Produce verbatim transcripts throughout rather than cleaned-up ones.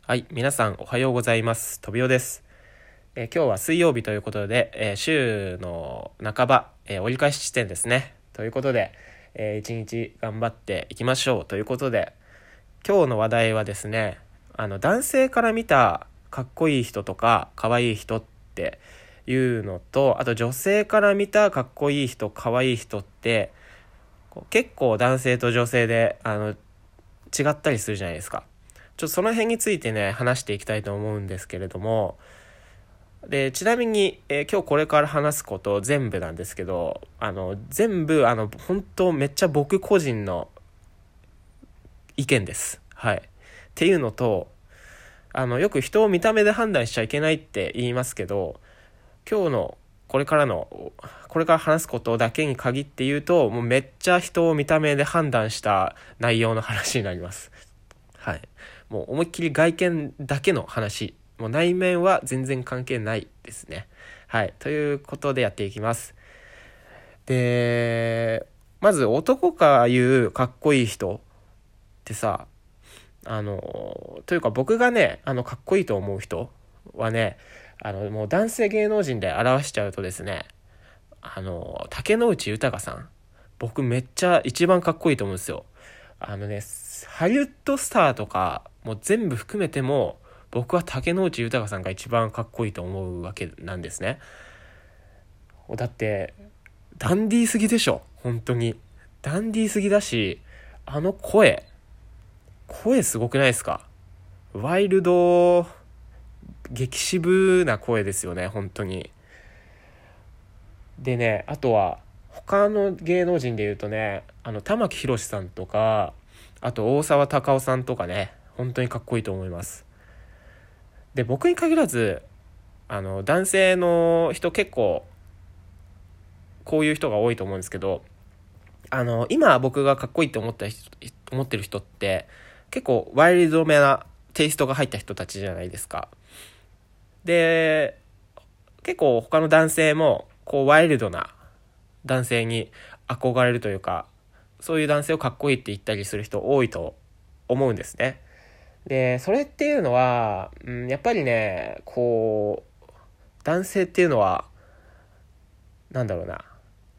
はい、皆さんおはようございます。とびおです。えー今日は水曜日ということで、えー週の半ば、えー折り返し地点ですね。ということで、えー一日頑張っていきましょうということで、今日の話題はですね、あの男性から見たかっこいい人とかかわいい人っていうのと、あと女性から見たかっこいい人、かわいい人ってこう結構男性と女性であの違ったりするじゃないですか。ちょっとその辺についてね話していきたいと思うんですけれども、でちなみに、えー今日これから話すこと全部なんですけど、あの全部あの本当めっちゃ僕個人の意見です。はい。っていうのと、あのよく人を見た目で判断しちゃいけないって言いますけど、今日のこれからのこれから話すことだけに限って言うと、もうめっちゃ人を見た目で判断した内容の話になります。はい。もう思いっきり外見だけの話。もう内面は全然関係ないですね。はい。ということでやっていきます。で、まず男が言うかっこいい人ってさ、あの、というか僕がね、あの、かっこいいと思う人はね、あの、もう男性芸能人で表しちゃうとですね、あの、竹野内豊さん。僕めっちゃ一番かっこいいと思うんですよ。あのね、ハリウッドスターとかもう全部含めても、僕は竹野内豊さんが一番かっこいいと思うわけなんですね。だって、ダンディーすぎでしょ。本当に。ダンディーすぎだし、あの声、声すごくないですか？ワイルド、激渋な声ですよね、本当に。でね、あとは他の芸能人で言うとね、あの玉木宏さんとか、あと大沢たかおさんとかね、本当にかっこいいと思います。で、僕に限らず、あの男性の人結構こういう人が多いと思うんですけど、あの今僕がかっこいいと思った人思ってる人って結構ワイルドめなテイストが入った人たちじゃないですか。で、結構他の男性もこうワイルドな男性に憧れるというか、そういう男性をかっこいいって言ったりする人多いと思うんですね。で、それっていうのは、うん、やっぱりね、こう男性っていうのはなんだろうな、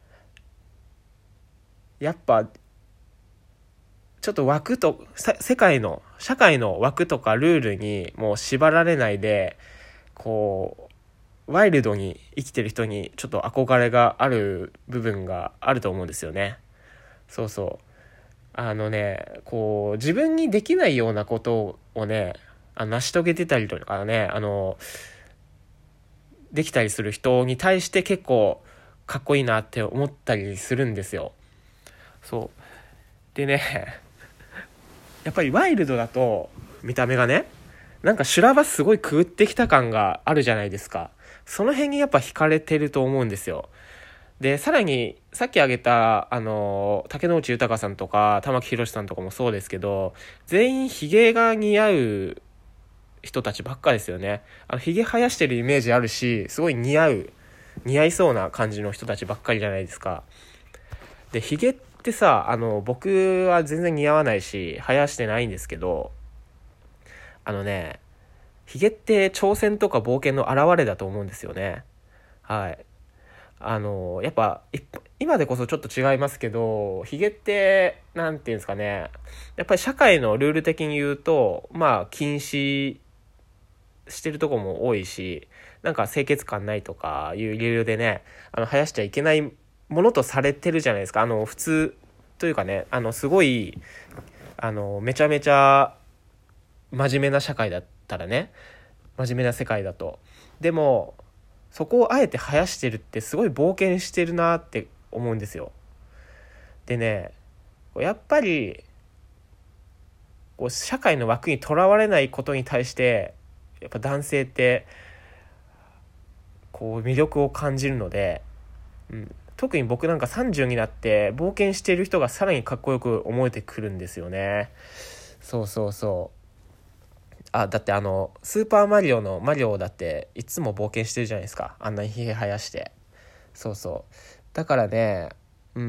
やっぱちょっと枠と世界の社会の枠とかルールにもう縛られないで、こうワイルドに生きてる人にちょっと憧れがある部分があると思うんですよね。そうそう。あのね、こう自分にできないようなことをね、あの成し遂げてたりとかね、あのできたりする人に対して結構かっこいいなって思ったりするんですよ。そうでね、やっぱりワイルドだと見た目がね、なんか修羅場すごいくぐってきた感があるじゃないですか。その辺にやっぱ惹かれてると思うんですよ。で、さらに、さっき挙げた、あの、竹野内豊さんとか、玉木宏さんとかもそうですけど、全員ヒゲが似合う人たちばっかですよね。あの、ヒゲ生やしてるイメージあるし、すごい似合う、似合いそうな感じの人たちばっかりじゃないですか。で、ヒゲってさ、あの、僕は全然似合わないし、生やしてないんですけど、あのね、ヒゲって挑戦とか冒険の表れだと思うんですよね。はい。あのやっぱ今でこそちょっと違いますけど、ヒゲってなんていうんですかね、やっぱり社会のルール的に言うとまあ禁止してるとこも多いし、なんか清潔感ないとかいう理由でね、あの生やしちゃいけないものとされてるじゃないですか。あの普通というかね、あのすごいあのめちゃめちゃ真面目な社会だったらね、真面目な世界だと。でもそこをあえて生やしてるってすごい冒険してるなって思うんですよ。でね、やっぱりこう社会の枠にとらわれないことに対してやっぱ男性ってこう魅力を感じるので、うん、特に僕なんかさんじゅうになって冒険している人がさらにかっこよく思えてくるんですよね。そうそうそう。あ、だってあのスーパーマリオのマリオだっていつも冒険してるじゃないですか、あんなにひげ生やして。そうそう。だからね、うん、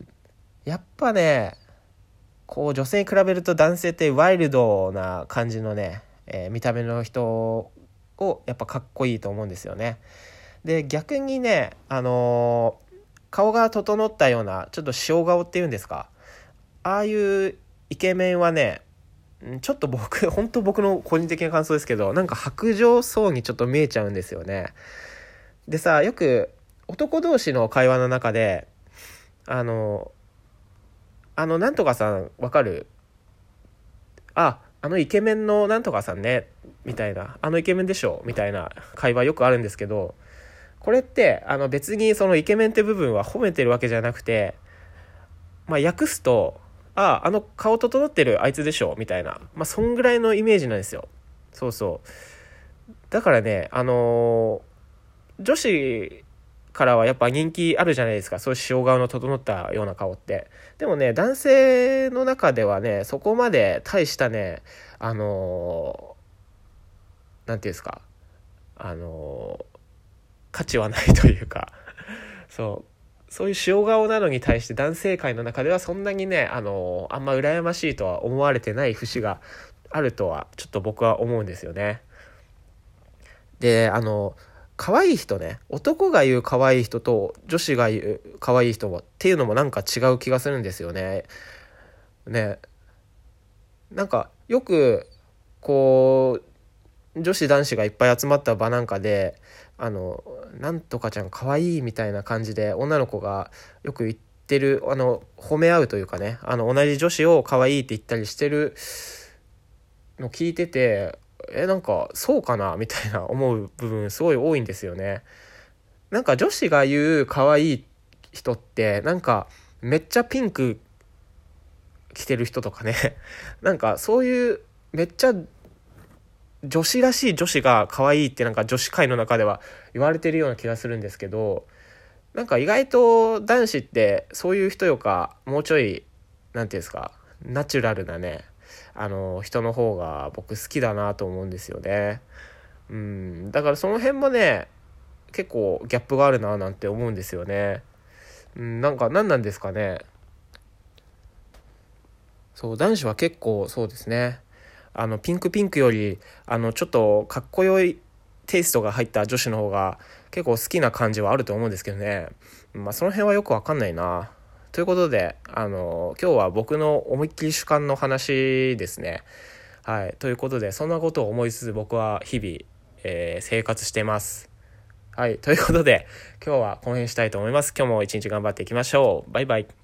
やっぱね、こう女性に比べると男性ってワイルドな感じのね、 えー、見た目の人をやっぱかっこいいと思うんですよね。で逆にね、あのー、顔が整ったようなちょっと塩顔っていうんですか、ああいうイケメンはね、ちょっと僕本当僕の個人的な感想ですけど、なんか薄情そうにちょっと見えちゃうんですよね。でさ、よく男同士の会話の中であのあのなんとかさんわかる、ああのイケメンのなんとかさんねみたいな、あのイケメンでしょみたいな会話よくあるんですけど、これってあの別にそのイケメンって部分は褒めてるわけじゃなくて、まあ訳すと、あああの顔整ってるあいつでしょみたいな、まあそんぐらいのイメージなんですよ。そうそう、だからね、あのー、女子からはやっぱ人気あるじゃないですか、そういう塩顔の整ったような顔って。でもね、男性の中ではね、そこまで大したね、あのー、なんていうんですか、あのー、価値はないというかそうそういう塩顔なのに対して男性界の中ではそんなにね、あのー、あんま羨ましいとは思われてない節があるとはちょっと僕は思うんですよね。で、あの可愛い人ね、男が言う可愛い人と女子が言う可愛い人っていうのもなんか違う気がするんですよね。ね、なんかよくこう女子男子がいっぱい集まった場なんかで、あのなんとかちゃん可愛いみたいな感じで女の子がよく言ってる、あの褒め合うというかね、あの同じ女子を可愛いって言ったりしてるの聞いてて、えなんかそうかなみたいな思う部分すごい多いんですよね。なんか女子が言う可愛い人ってなんかめっちゃピンク着てる人とかねなんかそういうめっちゃ女子らしい女子が可愛いってなんか女子界の中では言われてるような気がするんですけど、なんか意外と男子ってそういう人よかもうちょいなんていうんですか、ナチュラルなね、あの人の方が僕好きだなと思うんですよね。うん、だからその辺もね結構ギャップがあるななんて思うんですよね。うん、なんか何なんですかね。そう、男子は結構そうですね、あのピンクピンクよりあのちょっとかっこよいテイストが入った女子の方が結構好きな感じはあると思うんですけどね。まあその辺はよくわかんないな。ということで、あの今日は僕の思いっきり主観の話ですね。はい、ということでそんなことを思いつつ僕は日々、えー生活してます。はい、ということで今日はこの辺したいと思います。今日も一日頑張っていきましょう。バイバイ。